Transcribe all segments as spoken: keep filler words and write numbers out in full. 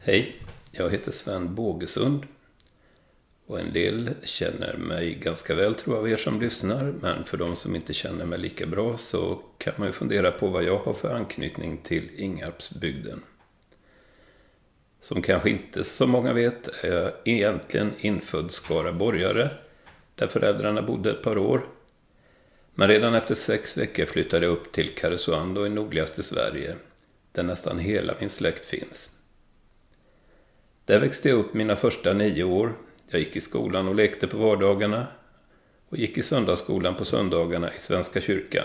Hej, jag heter Sven Bågesund och en del känner mig ganska väl tror jag av er som lyssnar, men för de som inte känner mig lika bra så kan man ju fundera på vad jag har för anknytning till Ingarpsbygden. Som kanske inte så många vet är jag egentligen infödd skaraborgare där föräldrarna bodde ett par år. Men redan efter sex veckor flyttade jag upp till Karesuando i nordligaste Sverige där nästan hela min släkt finns. Där växte jag upp mina första nio år. Jag gick i skolan och lekte på vardagarna och gick i söndagsskolan på söndagarna i Svenska kyrkan.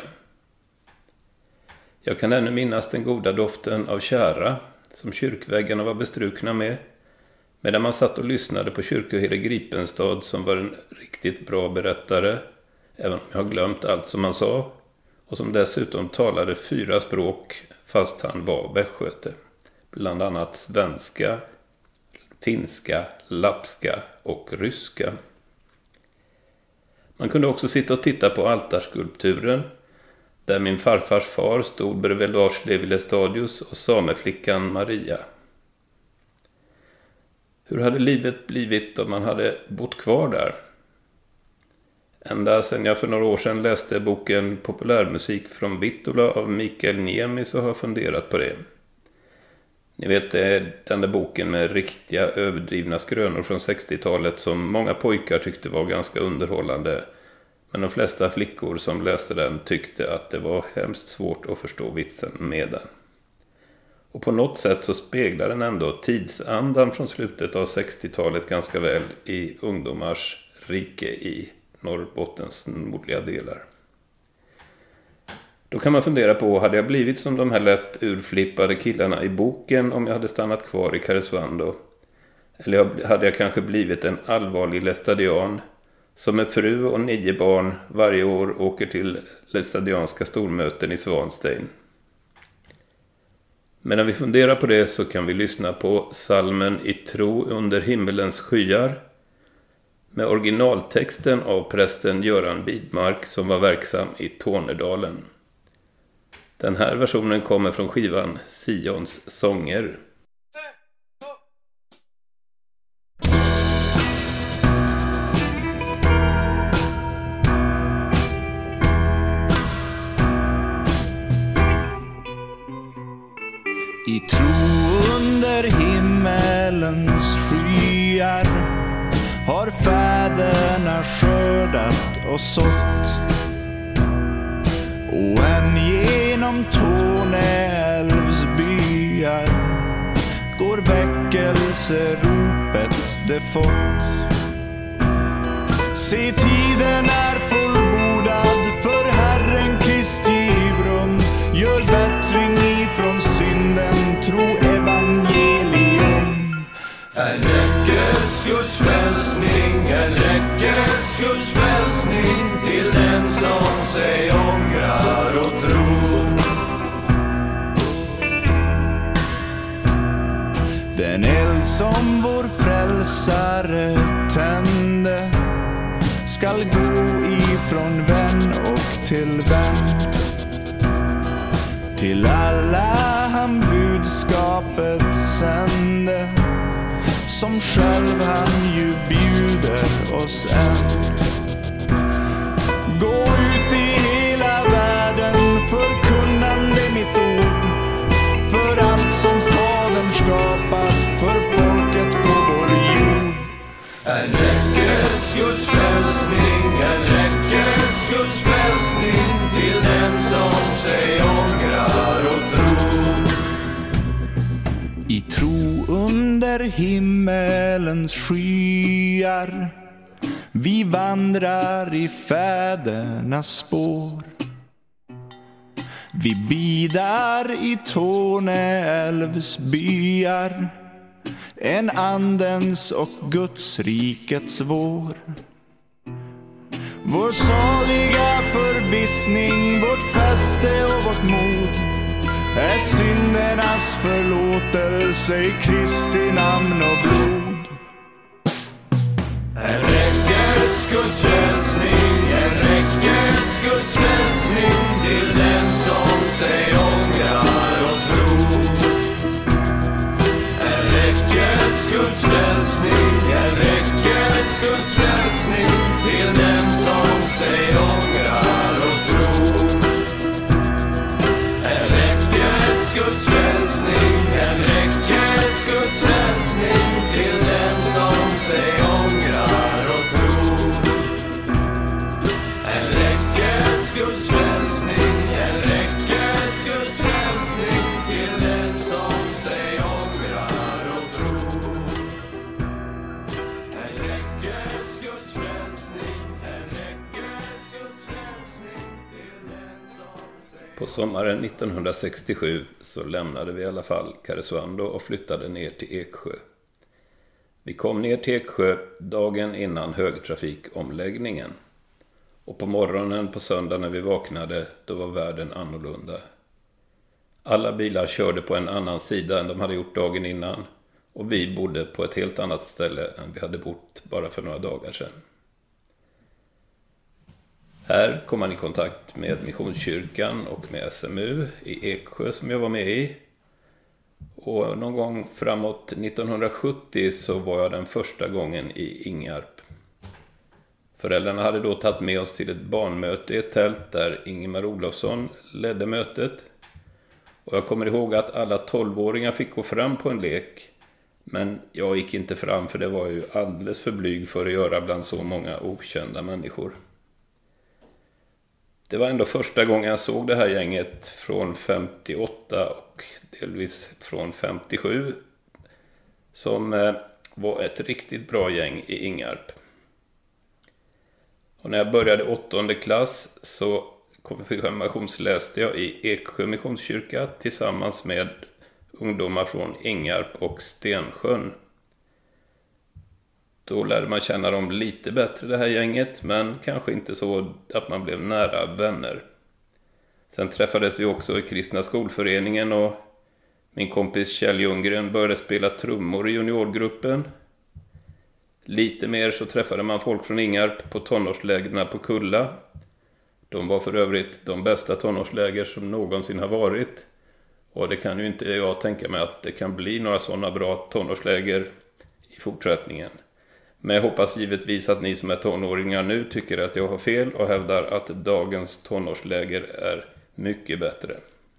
Jag kan ännu minnas den goda doften av tjära som kyrkväggarna var bestrukna med, medan man satt och lyssnade på kyrkoherde Gripenstad som var en riktigt bra berättare, även om jag har glömt allt som han sa, och som dessutom talade fyra språk fast han var västgöte, bland annat svenska, finska, lapska och ryska. Man kunde också sitta och titta på altarskulpturen där min farfars far stod bredvid Lars Levi Lestadius och sameflickan Maria. Hur hade livet blivit om man hade bott kvar där? Ända sedan jag för några år sedan läste boken Populärmusik från Vittula av Mikael Niemi så har jag funderat på det. Ni vet, det är den där boken med riktiga överdrivna skrönor från sextiotalet som många pojkar tyckte var ganska underhållande. Men de flesta flickor som läste den tyckte att det var hemskt svårt att förstå vitsen med den. Och på något sätt så speglar den ändå tidsandan från slutet av sextiotalet ganska väl i ungdomars rike i Norrbottens nordliga delar. Då kan man fundera på, hade jag blivit som de här lätt urflippade killarna i boken om jag hade stannat kvar i Karesuando? Eller hade jag kanske blivit en allvarlig lästadian som med fru och nio barn varje år åker till lästadianska stormöten i Svanstein? Men när vi funderar på det så kan vi lyssna på salmen I tro under himmelens skyar med originaltexten av prästen Göran Bidmark som var verksam i Tornedalen. Den här versionen kommer från skivan Sions sånger. I tro under himmelens skyar har fäderna skördat och sått, och än genom Torneälvs byar går väckelseropet det fått. Se, tiden är fullbordad för Herren Kristi vrum, gör bättring ifrån synden, tro evangelium. En räckes Guds frälsning, en räckes Guds frälsning till den som sig ångrar och tror. Den eld som vår frälsare tände skall gå ifrån vän och till vän. Till alla han budskapet sände, som själv han ju bjuder oss än. Gå ut i hela världen, förkunnande mitt ord, för allt som Fadern skapat, för folket på vår jord. En räckes Guds frälsning, en räckes Guds frälsning till den som sig ångrar och tror. I tro under himmelens skyar vi vandrar i fädernas spår. Vi bidar i Torneälvs byar, en andens och Guds rikets vår. Vår saliga förvissning, vårt fäste och vårt mod är syndernas förlåtelse i Kristi namn och blod. En räckes Guds frälsning, en räckes Guds frälsning till den som sig ångrar och tror. En räckes Guds frälsning, en räckes Guds frälsning till dem som sig ångrar och tror. En räckes Guds frälsning, en räckes Guds frälsning till dem som sig ångrar och tror. En räckes Guds frälsning, en räckes Guds frälsning till dem som sig ångrar och tror. En räckes Guds frälsning, en räckes Guds frälsning till dem som sig. På sommaren nittonhundrasextiosju så lämnade vi i alla fall Karesuando och flyttade ner till Eksjö. Vi kom ner till Eksjö dagen innan högtrafikomläggningen. Och på morgonen på söndag när vi vaknade, då var världen annorlunda. Alla bilar körde på en annan sida än de hade gjort dagen innan. Och vi bodde på ett helt annat ställe än vi hade bott bara för några dagar sedan. Här kom man i kontakt med Missionskyrkan och med S M U i Eksjö som jag var med i. Och någon gång framåt nittonhundrasjuttio så var jag den första gången i Ingarp. Föräldrarna hade då tagit med oss till ett barnmöte i ett tält där Ingemar Olofsson ledde mötet. Och jag kommer ihåg att alla tolvåringar fick gå fram på en lek. Men jag gick inte fram för det var ju alldeles för blyg för att göra bland så många okända människor. Det var ändå första gången jag såg det här gänget från femtioåtta och delvis från femtiosju. Som var ett riktigt bra gäng i Ingarp. Och när jag började åttonde klass så konfirmationsläste jag i Eksjö missionskyrka tillsammans med ungdomar från Ingarp och Stensjön. Då lärde man känna dem lite bättre det här gänget, men kanske inte så att man blev nära vänner. Sen träffades vi också i kristna skolföreningen och min kompis Kjell Ljunggren började spela trummor i juniorgruppen. Lite mer så träffade man folk från Ingarp på tonårslägerna på Kulla. De var för övrigt de bästa tonårsläger som någonsin har varit. Och det kan ju inte jag tänka mig att det kan bli några sådana bra tonårsläger i fortsättningen. Men jag hoppas givetvis att ni som är tonåringar nu tycker att jag har fel och hävdar att dagens tonårsläger är mycket bättre.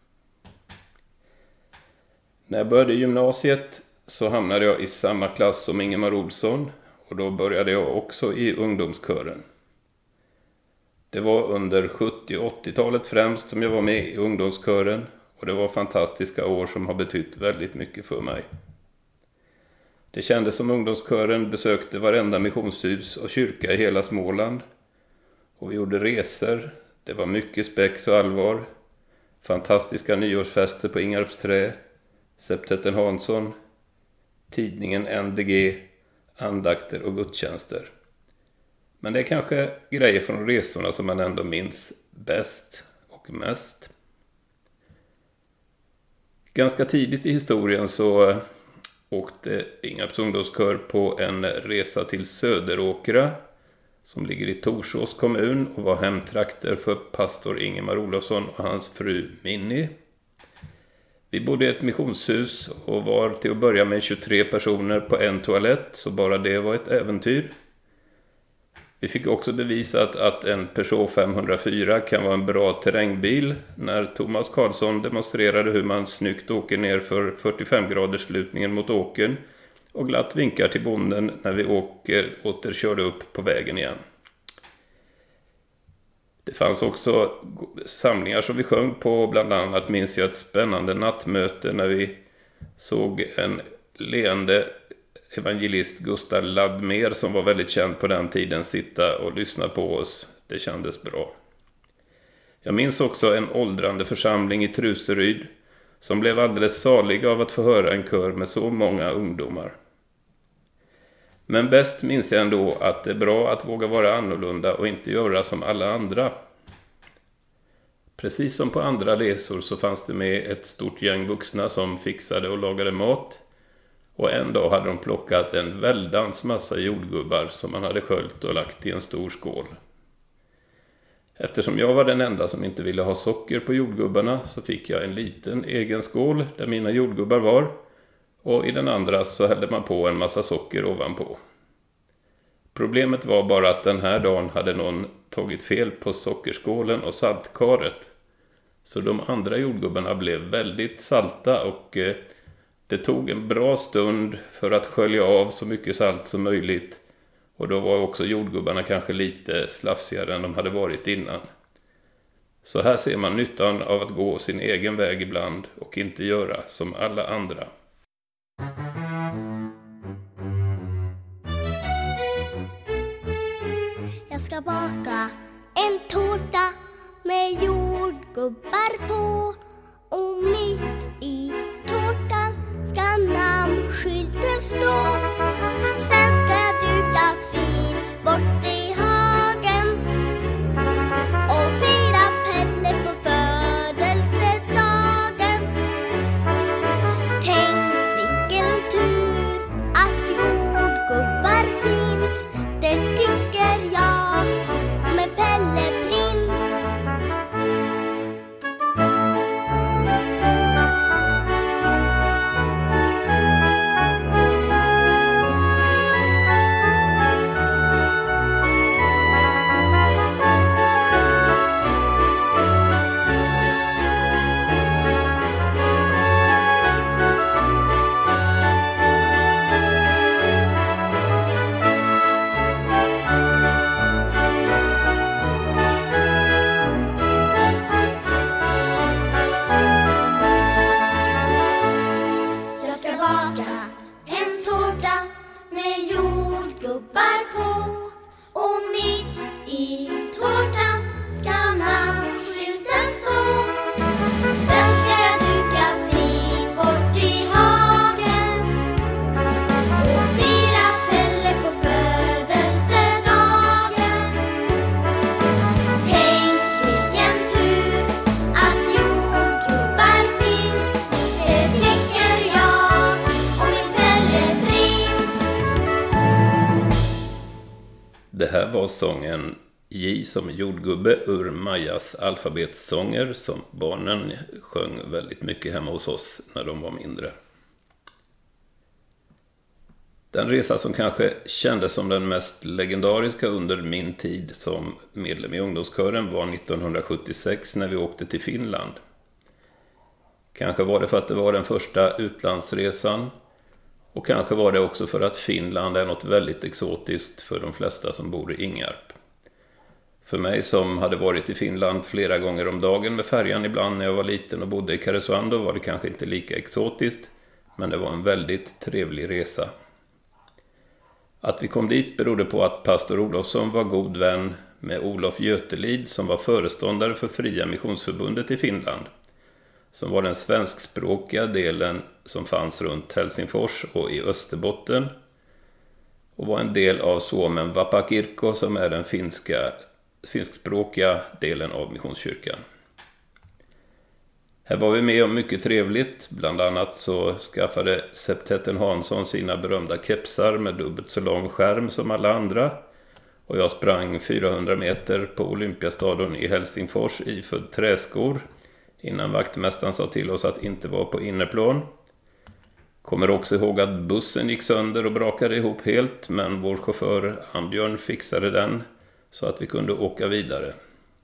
När jag började gymnasiet så hamnade jag i samma klass som Ingemar Olsson och då började jag också i ungdomskören. Det var under sjuttio- och åttiotalet främst som jag var med i ungdomskören och det var fantastiska år som har betytt väldigt mycket för mig. Det kändes som ungdomskören besökte varenda missionshus och kyrka i hela Småland. Och vi gjorde resor. Det var mycket spex och allvar. Fantastiska nyårsfester på Ingarps trä. Septetten Hansson. Tidningen N D G. Andakter och gudstjänster. Men det är kanske grejer från resorna som man ändå minns bäst och mest. Ganska tidigt i historien så åkte Ingarps ungdomskör på en resa till Söderåkra som ligger i Torsås kommun och var hemtrakter för pastor Ingemar Olofsson och hans fru Minnie. Vi bodde i ett missionshus och var till att börja med tjugotre personer på en toalett, så bara det var ett äventyr. Vi fick också bevisat att en Peugeot femhundrafyra kan vara en bra terrängbil när Thomas Karlsson demonstrerade hur man snyggt åker ner för fyrtiofem graders slutningen mot åkern och glatt vinkar till bonden när vi åker åter körde upp på vägen igen. Det fanns också samlingar som vi sjöng på, bland annat minns jag ett spännande nattmöte när vi såg en leende evangelist Gustav Laddmer som var väldigt känd på den tiden sitta och lyssna på oss. Det kändes bra. Jag minns också en åldrande församling i Truseryd som blev alldeles salig av att få höra en kör med så många ungdomar. Men bäst minns jag ändå att det är bra att våga vara annorlunda och inte göra som alla andra. Precis som på andra resor så fanns det med ett stort gäng vuxna som fixade och lagade mat. Och en dag hade de plockat en väldans massa jordgubbar som man hade sköljt och lagt i en stor skål. Eftersom jag var den enda som inte ville ha socker på jordgubbarna så fick jag en liten egen skål där mina jordgubbar var. och i den andra så hällde man på en massa socker ovanpå. Problemet var bara att den här dagen hade någon tagit fel på sockerskålen och saltkaret. Så de andra jordgubbarna blev väldigt salta och eh, det tog en bra stund för att skölja av så mycket salt som möjligt. Och då var också jordgubbarna kanske lite slafsigare än de hade varit innan. Så här ser man nyttan av att gå sin egen väg ibland och inte göra som alla andra. Jag ska baka en tårta med jordgubbar på. Och mitt i tårtan ska namnskylten stå. Sen ska jag duka fin bort i hagen och fira Pelle på födelsedagen. Tänk vilken tur att jordgubbar finns. Det tycker jag med Pelle Prins. Det här var sången J som jordgubbe ur Majas alfabetssånger som barnen sjöng väldigt mycket hemma hos oss när de var mindre. Den resa som kanske kändes som den mest legendariska under min tid som medlem i ungdomskören var nittonhundrasjuttiosex när vi åkte till Finland. Kanske var det för att det var den första utlandsresan. Och kanske var det också för att Finland är något väldigt exotiskt för de flesta som bor i Ingarp. För mig som hade varit i Finland flera gånger om dagen med färjan ibland när jag var liten och bodde i Karesuando var det kanske inte lika exotiskt, men det var en väldigt trevlig resa. Att vi kom dit berodde på att pastor Olofsson var god vän med Olof Götelid som var föreståndare för Fria Missionsförbundet i Finland, som var den svenskspråkiga delen som fanns runt Helsingfors och i Österbotten och var en del av Suomen Vapakirkko som är den finska, finskspråkiga delen av Missionskyrkan. Här var vi med om mycket trevligt, bland annat så skaffade Septetten Hansson sina berömda kepsar med dubbelt så lång skärm som alla andra och jag sprang fyrahundra meter på Olympiastadion i Helsingfors iförd träskor innan vaktmästaren sa till oss att inte vara på innerplan. Kommer också ihåg att bussen gick sönder och brakade ihop helt, men vår chaufför Ambjörn fixade den så att vi kunde åka vidare.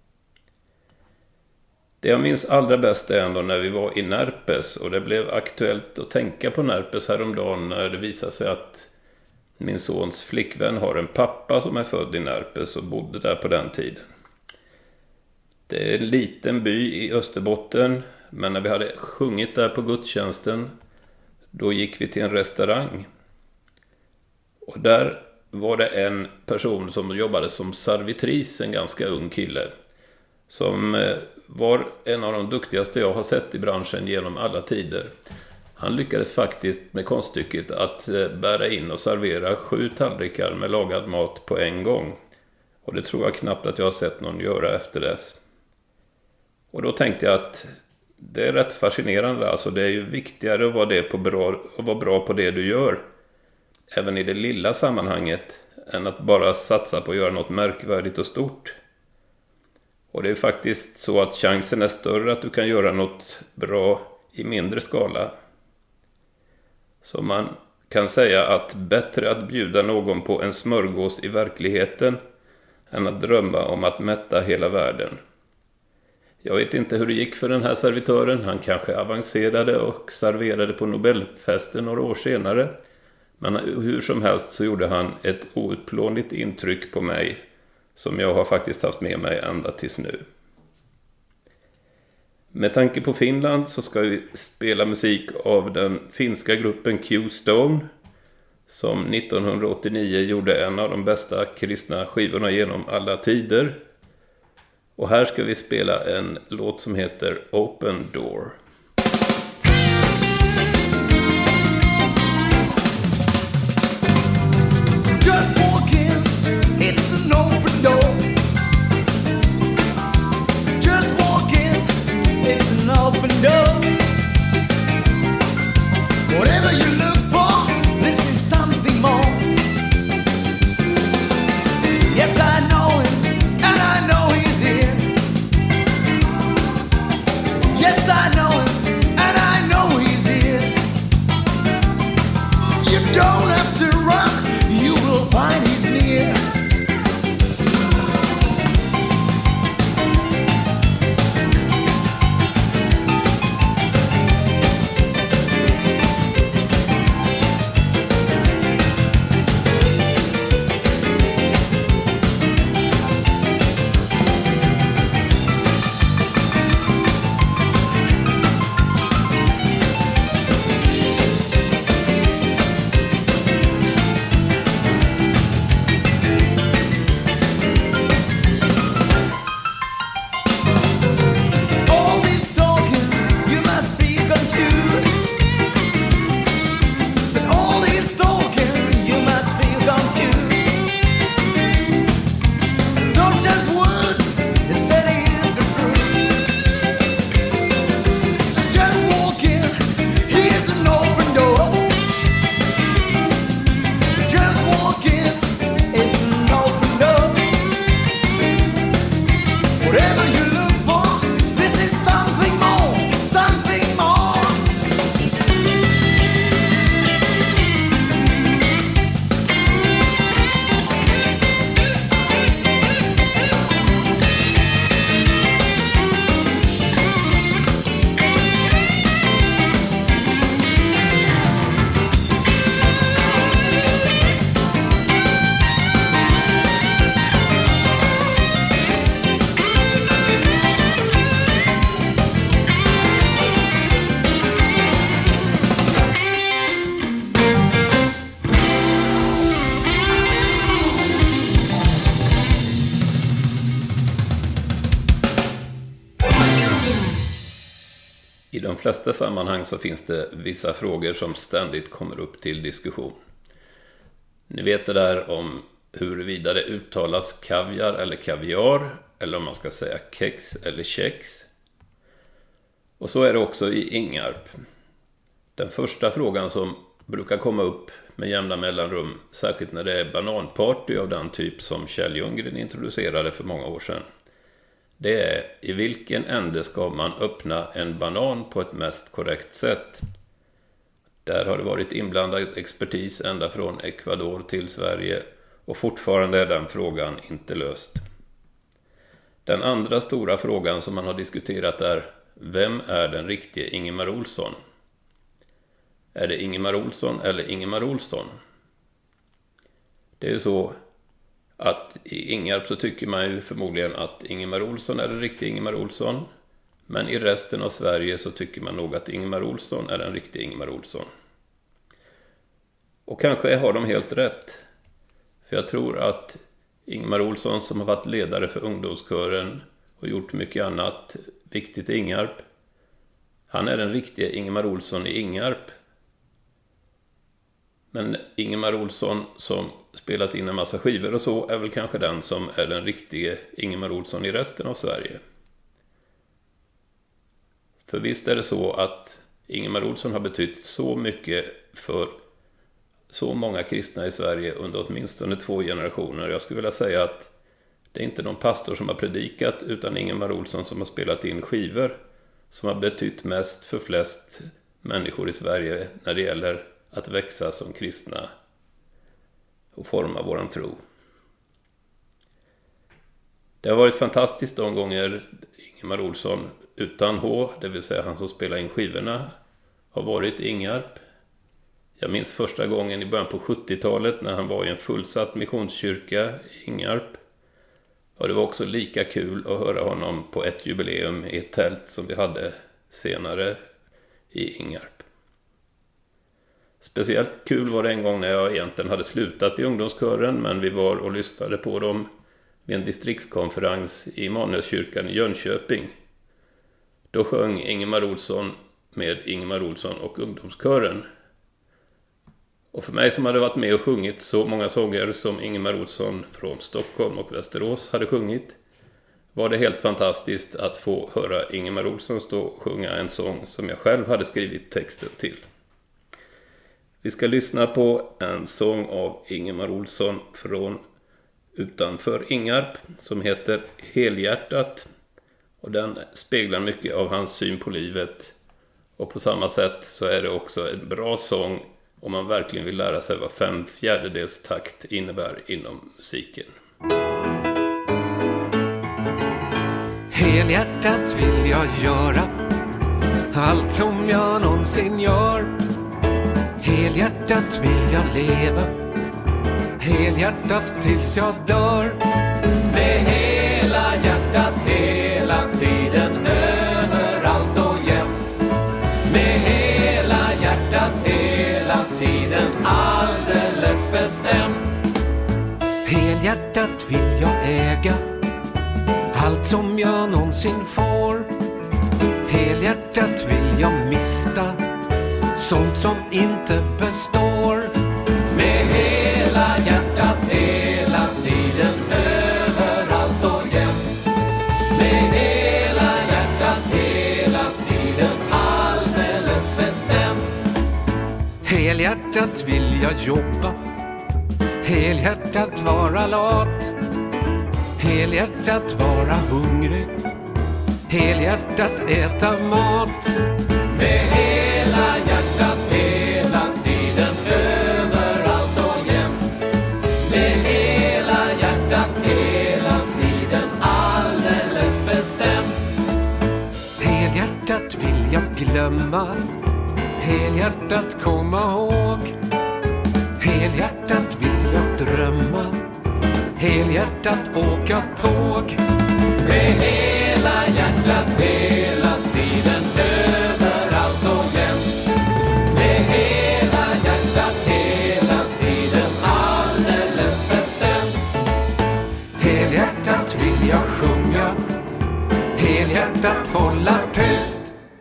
Det jag minns allra bäst är ändå när vi var i Närpes och det blev aktuellt att tänka på Närpes häromdagen när det visade sig att min sons flickvän har en pappa som är född i Närpes och bodde där på den tiden. Det är en liten by i Österbotten, men när vi hade sjungit där på gudstjänsten, då gick vi till en restaurang. Och där var det en person som jobbade som servitris, en ganska ung kille, som var en av de duktigaste jag har sett i branschen genom alla tider. Han lyckades faktiskt med konststycket att bära in och servera sju tallrikar med lagad mat på en gång. Och det tror jag knappt att jag har sett någon göra efter dess. Och då tänkte jag att det är rätt fascinerande. Alltså det är ju viktigare att vara, det på bra, att vara bra på det du gör, även i det lilla sammanhanget, än att bara satsa på att göra något märkvärdigt och stort. Och det är faktiskt så att chansen är större att du kan göra något bra i mindre skala. Så man kan säga att bättre att bjuda någon på en smörgås i verkligheten än att drömma om att mätta hela världen. Jag vet inte hur det gick för den här servitören. Han kanske avancerade och serverade på Nobelfesten några år senare. Men hur som helst så gjorde han ett outplånligt intryck på mig som jag har faktiskt haft med mig ända tills nu. Med tanke på Finland så ska vi spela musik av den finska gruppen Q-Stone som nittonhundraåttionio gjorde en av de bästa kristna skivorna genom alla tider. Och här ska vi spela en låt som heter Open Door. Just walk in, it's an open door. Just walk in, it's an open door. Whatever you look for, this is something more. Yes, I know him, and I know he's here. Yes, I know him, and I know he's here. You don't have to run, you will find he's near. I de flesta sammanhang så finns det vissa frågor som ständigt kommer upp till diskussion. Ni vet det där om huruvida det uttalas kaviar eller kaviar, eller om man ska säga kex eller kex. Och så är det också i Ingarp. Den första frågan som brukar komma upp med jämna mellanrum, särskilt när det är bananparty av den typ som Kjell Ljunggren introducerade för många år sedan, det är i vilken ände ska man öppna en banan på ett mest korrekt sätt. Där har det varit inblandad expertis ända från Ecuador till Sverige och fortfarande är den frågan inte löst. Den andra stora frågan som man har diskuterat är: vem är den riktiga Ingemar Olsson? Är det Ingemar Olsson eller Ingemar Olsson? Det är ju så att i Ingarp så tycker man ju förmodligen att Ingemar Olsson är den riktiga Ingemar Olsson. Men i resten av Sverige så tycker man nog att Ingemar Olsson är den riktiga Ingemar Olsson. Och kanske har de helt rätt. För jag tror att Ingemar Olsson, som har varit ledare för ungdomskören och gjort mycket annat viktigt i Ingarp, han är den riktiga Ingemar Olsson i Ingarp. Men Ingemar Olsson som spelat in en massa skivor och så är väl kanske den som är den riktiga Ingemar Olsson i resten av Sverige. För visst är det så att Ingemar Olsson har betytt så mycket för så många kristna i Sverige under åtminstone två generationer. Jag skulle vilja säga att det är inte någon pastor som har predikat, utan Ingemar Olsson som har spelat in skivor som har betytt mest för flest människor i Sverige när det gäller att växa som kristna och forma våran tro. Det har varit fantastiskt de gånger Ingemar Olsson utan H, det vill säga han som spelar in skivorna, har varit i Ingarp. Jag minns första gången i början på sjuttiotalet när han var i en fullsatt missionskyrka i Ingarp. Och det var också lika kul att höra honom på ett jubileum i ett tält som vi hade senare i Ingarp. Speciellt kul var det en gång när jag egentligen hade slutat i ungdomskören, men vi var och lyssnade på dem vid en distriktskonferens i Immanuelskyrkan i Jönköping. Då sjöng Ingemar Olsson med Ingemar Olsson och ungdomskören. Och för mig som hade varit med och sjungit så många sånger som Ingemar Olsson från Stockholm och Västerås hade sjungit, var det helt fantastiskt att få höra Ingemar Olsson stå och sjunga en sång som jag själv hade skrivit texten till. Vi ska lyssna på en sång av Ingemar Olsson från utanför Ingarp som heter Helhjärtat, och den speglar mycket av hans syn på livet, och på samma sätt så är det också en bra sång om man verkligen vill lära sig vad fem fjärdedels takt innebär inom musiken. Helhjärtat vill jag göra allt som jag någonsin gör. Helhjärtat vill jag leva, helhjärtat tills jag dör. Med hela hjärtat hela tiden, överallt och jämt. Med hela hjärtat hela tiden, alldeles bestämt. Helhjärtat vill jag äga allt som jag någonsin får. Helhjärtat vill jag mista sånt som inte består. Med hela hjärtat hela tiden, överallt och jämt. Med hela hjärtat hela tiden, alldeles bestämt. Helhjärtat vill jag jobba, helhjärtat vara lat. Helhjärtat vara hungrig, helhjärtat äta mat. Med hela hjärtat hela tiden, överallt och jämt. Med hela hjärtat hela tiden, alldeles bestämt. Helhjärtat vill jag glömma, helhjärtat komma ihåg. Helhjärtat vill jag drömma, helhjärtat åka tåg. Med hela hjärtat hela tiden, överallt och jämt. Med hela hjärtat hela tiden, alldeles bestämt. Helhjärtat vill jag sjunga, helhjärtat hålla tyst.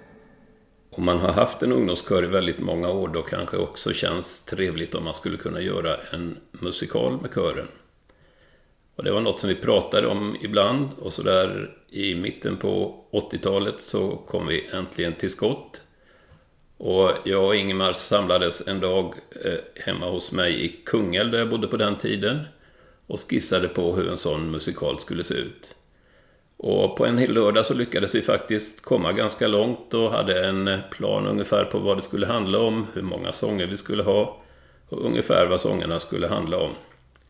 Om man har haft en ungdomskör i väldigt många år, då kanske också känns trevligt om man skulle kunna göra en musikal med kören. Och det var något som vi pratade om ibland, och så där i mitten på åttiotalet så kom vi äntligen till skott. Och jag och Ingemar samlades en dag eh, hemma hos mig i Kungälv där jag bodde på den tiden och skissade på hur en sån musikal skulle se ut. Och på en hel lördag så lyckades vi faktiskt komma ganska långt och hade en plan ungefär på vad det skulle handla om, hur många sånger vi skulle ha och ungefär vad sångerna skulle handla om.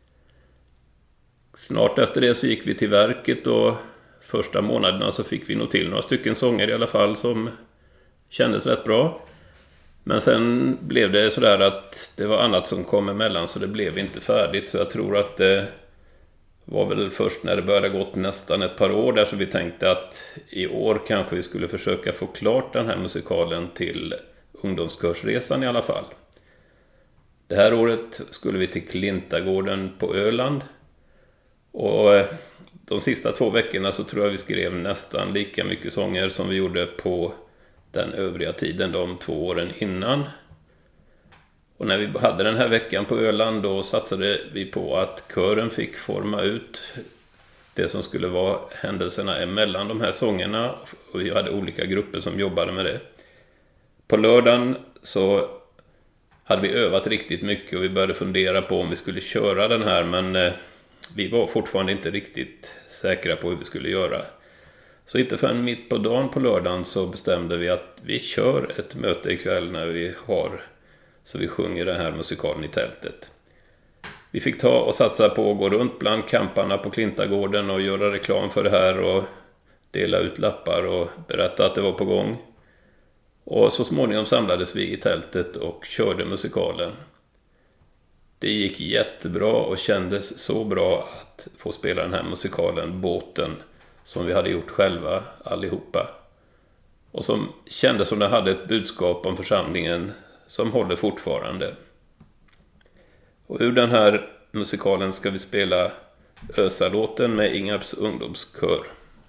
Snart efter det så gick vi till verket, och första månaderna så fick vi nog till några stycken sånger i alla fall som kändes rätt bra. Men sen blev det sådär att det var annat som kom emellan, så det blev inte färdigt. Så jag tror att det var väl först när det började gått nästan ett par år där så vi tänkte att i år kanske vi skulle försöka få klart den här musikalen till ungdomskursresan i alla fall. Det här året skulle vi till Klintagården på Öland. Och de sista två veckorna så tror jag vi skrev nästan lika mycket sånger som vi gjorde på den övriga tiden de två åren innan. Och när vi hade den här veckan på Öland då satsade vi på att kören fick forma ut det som skulle vara händelserna emellan de här sångerna. Och vi hade olika grupper som jobbade med det. På lördagen så hade vi övat riktigt mycket och vi började fundera på om vi skulle köra den här, men vi var fortfarande inte riktigt säkra på hur vi skulle göra. Så inte förrän mitt på dagen på lördagen så bestämde vi att vi kör ett möte ikväll när vi har Så vi sjunger den här musikalen i tältet. Vi fick ta och satsa på att gå runt bland kamparna på Klintagården och göra reklam för det här och dela ut lappar och berätta att det var på gång. Och så småningom samlades vi i tältet och körde musikalen. Det gick jättebra och kändes så bra att få spela den här musikalen Båten som vi hade gjort själva allihopa. Och som kändes som det hade ett budskap om församlingen som håller fortfarande. Och ur den här musikalen ska vi spela Ösa-låten med Ingarps ungdomskör.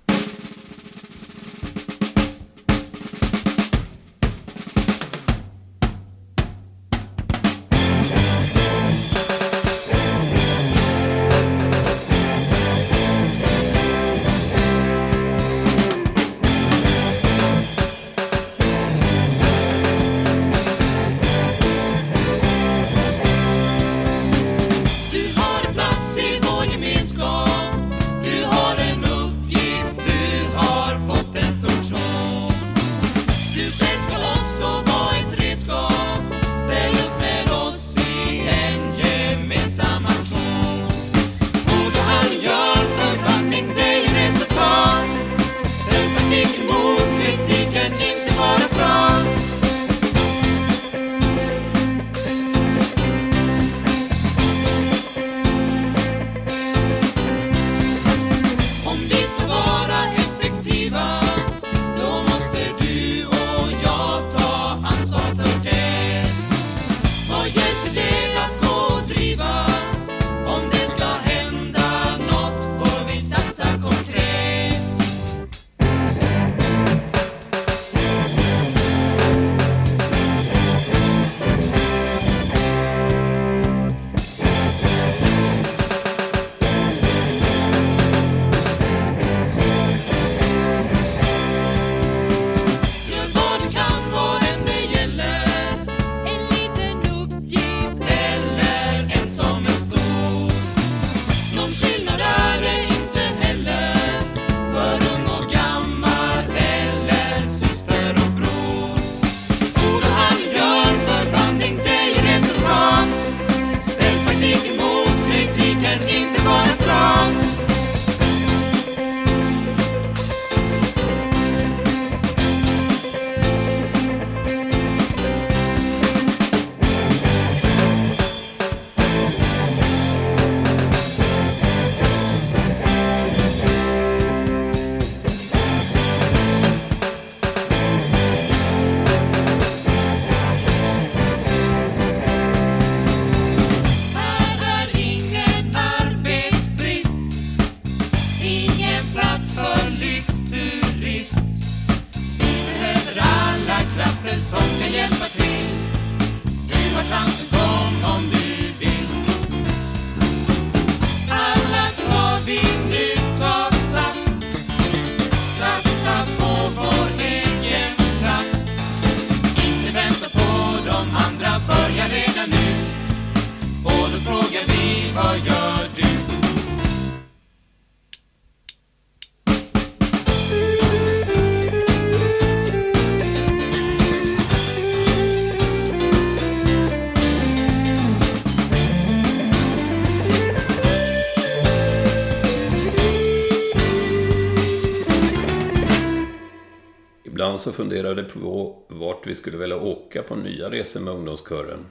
Ibland så funderade på vart vi skulle vilja åka på nya resor med ungdomskören.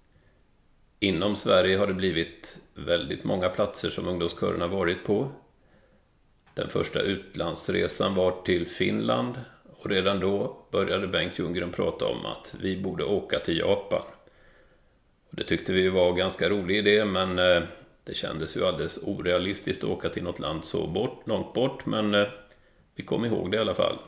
Inom Sverige har det blivit väldigt många platser som ungdomskören har varit på. Den första utlandsresan var till Finland och redan då började Bengt Ljunggren prata om att vi borde åka till Japan. Och det tyckte vi var en ganska rolig idé, men det kändes ju alldeles orealistiskt att åka till något land så bort, långt bort, men vi kom ihåg det i alla fall.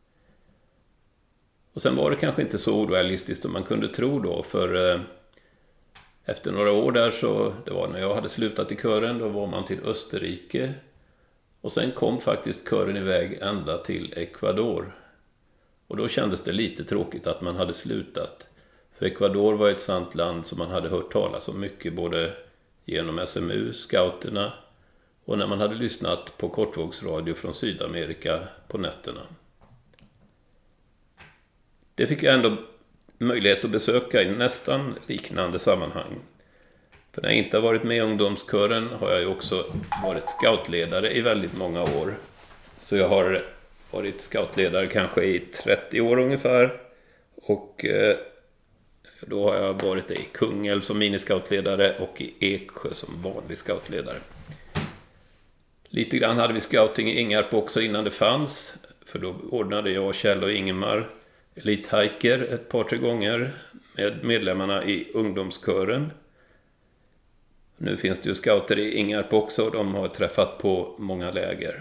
Och sen var det kanske inte så orealistiskt som man kunde tro då, för eh, efter några år där så, det var när jag hade slutat i kören, då var man till Österrike. Och sen kom faktiskt kören iväg ända till Ecuador. Och då kändes det lite tråkigt att man hade slutat. För Ecuador var ett sant land som man hade hört talas om mycket, både genom S M U, scouterna, och när man hade lyssnat på kortvågsradio från Sydamerika på nätterna. Det fick jag ändå möjlighet att besöka i nästan liknande sammanhang. För när jag inte har varit med i ungdomskören har jag ju också varit scoutledare i väldigt många år. Så jag har varit scoutledare kanske i trettio år ungefär. Och eh, då har jag varit i Kungälv som miniscoutledare och i Eksjö som vanlig scoutledare. Lite grann hade vi scouting i Ingarp också innan det fanns. För då ordnade jag, Kjell och Ingemar elithiker ett par tre gånger med medlemmarna i ungdomskören. Nu finns det ju scouter i Ingarp också och de har träffat på många läger.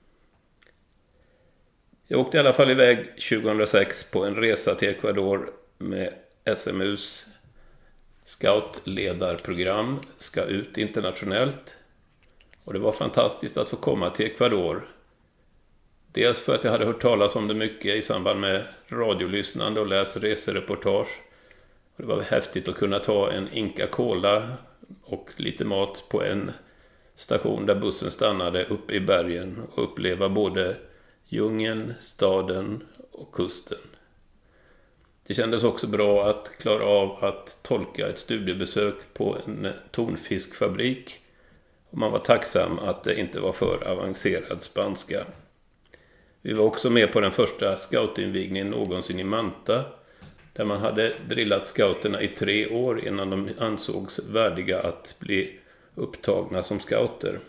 Jag åkte i alla fall iväg tjugohundrasex på en resa till Ecuador med S M U:s scoutledarprogram Ska ut internationellt. Och det var fantastiskt att få komma till Ecuador. Dels för att jag hade hört talas om det mycket i samband med radiolyssnande och läs resereportage. Och det var häftigt att kunna ta en Inca Cola och lite mat på en station där bussen stannade uppe i bergen och uppleva både djungeln, staden och kusten. Det kändes också bra att klara av att tolka ett studiebesök på en tonfiskfabrik. Och man var tacksam att det inte var för avancerad spanska. Vi var också med på den första scoutinvigningen någonsin i Manta. Där man hade drillat scouterna i tre år innan de ansågs värdiga att bli upptagna som scouter.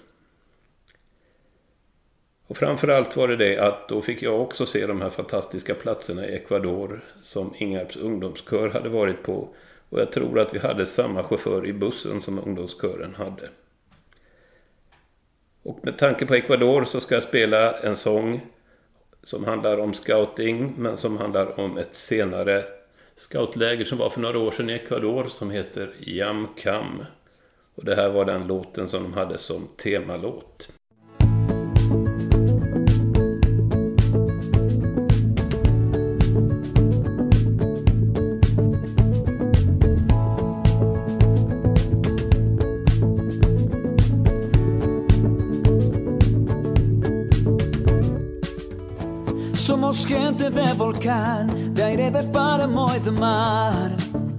Och framförallt var det det att då fick jag också se de här fantastiska platserna i Ecuador som Ingarps ungdomskör hade varit på. Och jag tror att vi hade samma chaufför i bussen som ungdomskören hade. Och med tanke på Ecuador så ska jag spela en sång som handlar om scouting men som handlar om ett senare scoutläger som var för några år sedan i Ecuador som heter Yam Cam. Och det här var den låten som de hade som temalåt. Somos gente de volcán, de aire de páramo y de mar.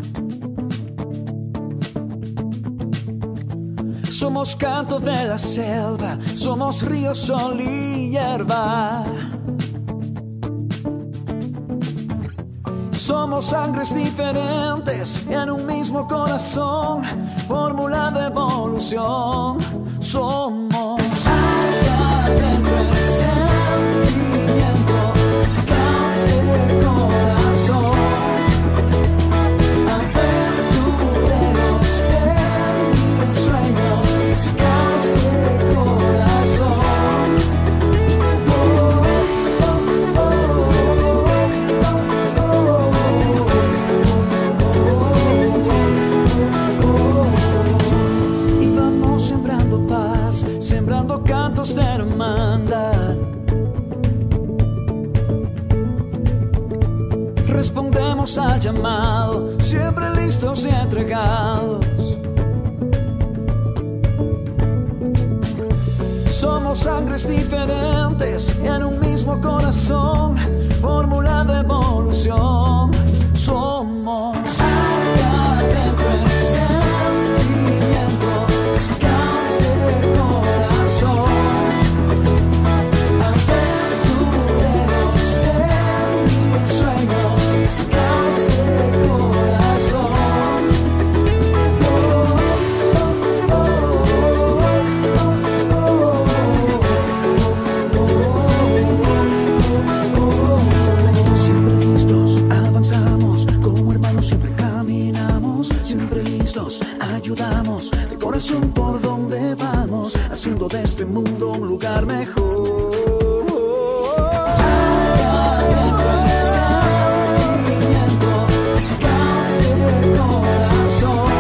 Somos canto de la selva, somos río, sol y hierba. Somos sangres diferentes en un mismo corazón, fórmula de evolución. Somos alma dentro del sentimiento, scouts del corazón, aventureros de mis sueños, scouts del corazón. Oh, oh, oh, oh, oh. Y vamos sembrando paz, sembrando cantos de hermandad. Respondemos al llamado, siempre listos y entregados. Somos sangres diferentes en un mismo corazón, fórmula de evolución. Somos alma dentro del sentimiento, scouts del corazón, aventureros de mis sueños, scouts del corazón. Oh, oh, oh, oh, oh, oh. Siempre listos, avanzamos, como hermanos siempre caminamos, siempre listos, ayudamos, de corazón por donde vamos, haciendo de este mundo un lugar mejor. Scouts del corazón,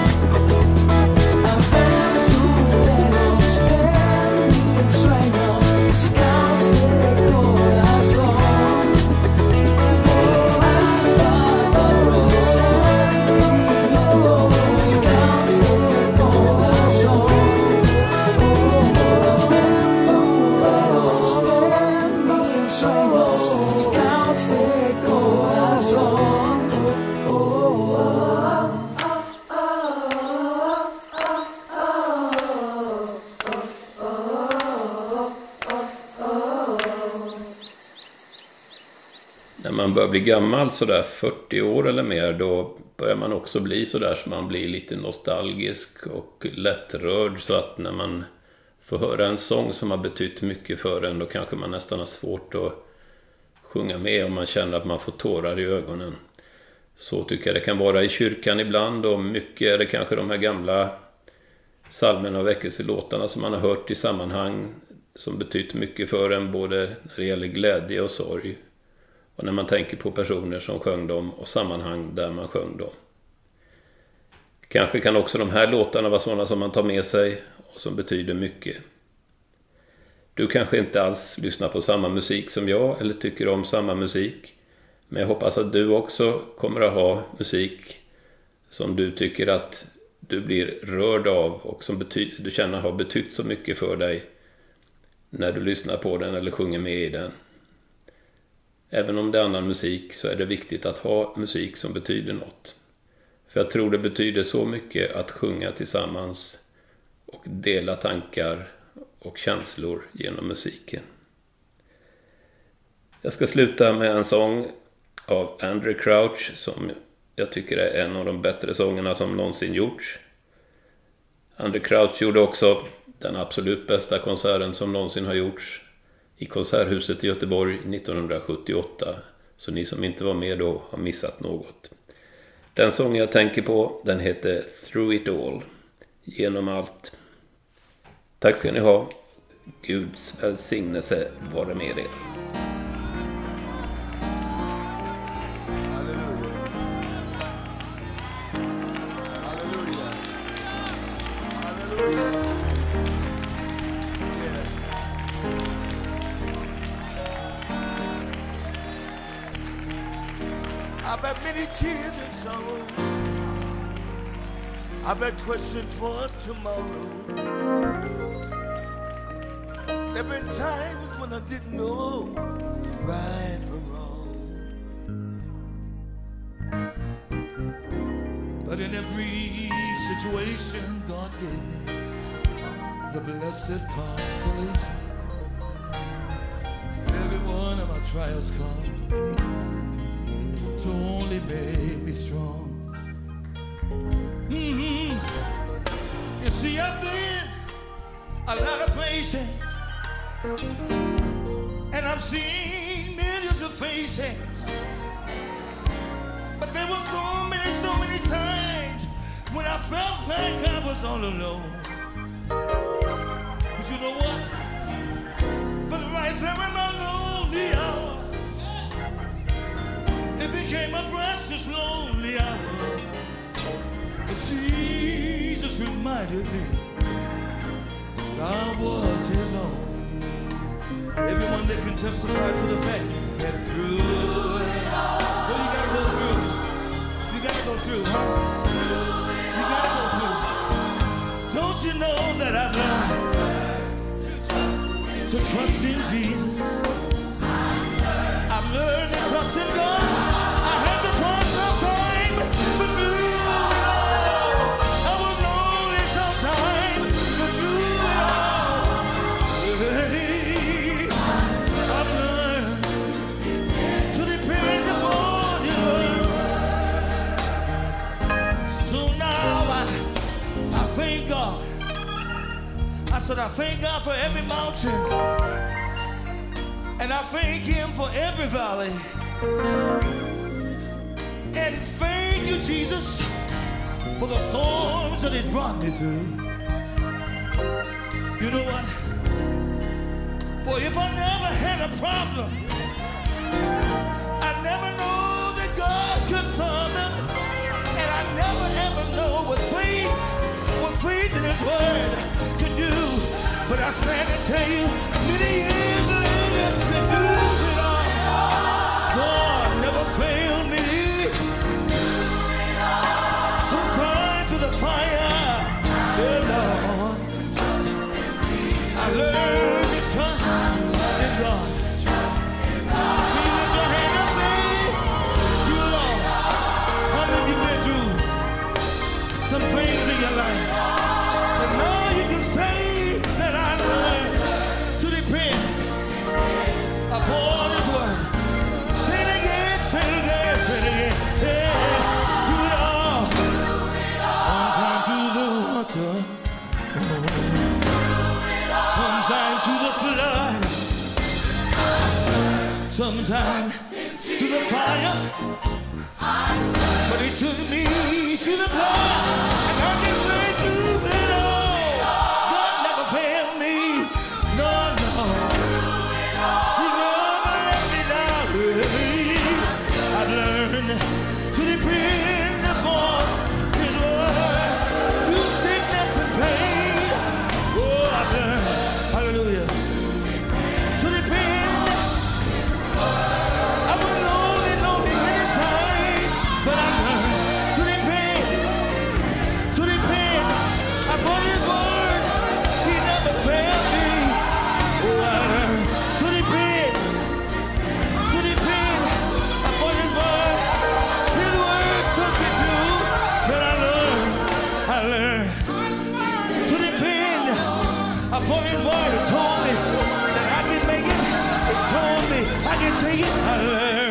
aventureros de mis sueños, scouts del corazón. Oh, alma dentro del sentimiento, scouts del corazón. Oh, aventureros man börjar bli gammal, sådär fyrtio år eller mer, då börjar man också bli sådär så man blir lite nostalgisk och lättrörd, så att när man får höra en sång som har betytt mycket för en, då kanske man nästan har svårt att sjunga med och man känner att man får tårar i ögonen. Så tycker jag det kan vara i kyrkan ibland, och mycket är det kanske de här gamla psalmerna och väckelselåtarna som man har hört i sammanhang som betytt mycket för en, både när det gäller glädje och sorg. Och när man tänker på personer som sjöng dem och sammanhang där man sjöng dem. Kanske kan också de här låtarna vara sådana som man tar med sig och som betyder mycket. Du kanske inte alls lyssnar på samma musik som jag eller tycker om samma musik. Men jag hoppas att du också kommer att ha musik som du tycker att du blir rörd av och som bety- du känner har betytt så mycket för dig när du lyssnar på den eller sjunger med i den. Även om det är annan musik så är det viktigt att ha musik som betyder något. För jag tror det betyder så mycket att sjunga tillsammans och dela tankar och känslor genom musiken. Jag ska sluta med en sång av Andraé Crouch som jag tycker är en av de bättre sångerna som någonsin gjorts. Andraé Crouch gjorde också den absolut bästa konserten som någonsin har gjorts i Konserthuset i Göteborg nittonhundrasjuttioåtta. Så ni som inte var med då har missat något. Den sång jag tänker på, den heter Through It All. Genom allt. Tack ska ni ha. Guds välsignelse vare med er. I've had many tears and sorrow. I've had questions for tomorrow. There've been times when I didn't know right from wrong. But in every situation, God gave me the blessed consolation. Every one of my trials come to only make me strong. Mm-hmm. You see, I've been a lot of places, and I've seen millions of faces, but there were so many, so many times when I felt like I was all alone. But you know what? For the right there in my lonely hour, it became a precious lonely hour. For Jesus reminded me that I was his own. Everyone that can testify to the fact that through it all. Well, you gotta go through. You gotta go through, huh? You gotta go through. Don't you know that I've learned to trust in Jesus? I've learned to trust in God. I had to cross some time, but through it all, I was lonely sometime, but through it all, hey, I've learned to depend upon His word. So now I, I thank God. I said I thank God for every mountain, and I thank Him for every valley. And thank you, Jesus, for the storms that He's brought me through. You know what? For if I never had a problem, I never know that God could solve them. And I never ever know what faith, what faith in His word could do. But I stand and tell you, many years later, that through it all, God never failed me. Sometimes through the fire, dear Lord, I learned to trust in God. Can you lift your hand up, man? You Lord, how many of you been through some things in your life? But now you can say that I learned to depend sometimes through the fire, but he took me through the blood, and I can say through it all. God never failed me, no, no. He never let me down. I've learned to depend upon His word through sickness and pain. Oh, I've learned, hallelujah, to depend. I've been lonely, lonely many times, but I've learned to depend, to depend upon His word. He never failed me. Oh, I learned to depend, to depend upon His word. His word took me through, but I learned, I learned to depend upon His word. It told me that I can make it. It told me I can take it. I learned.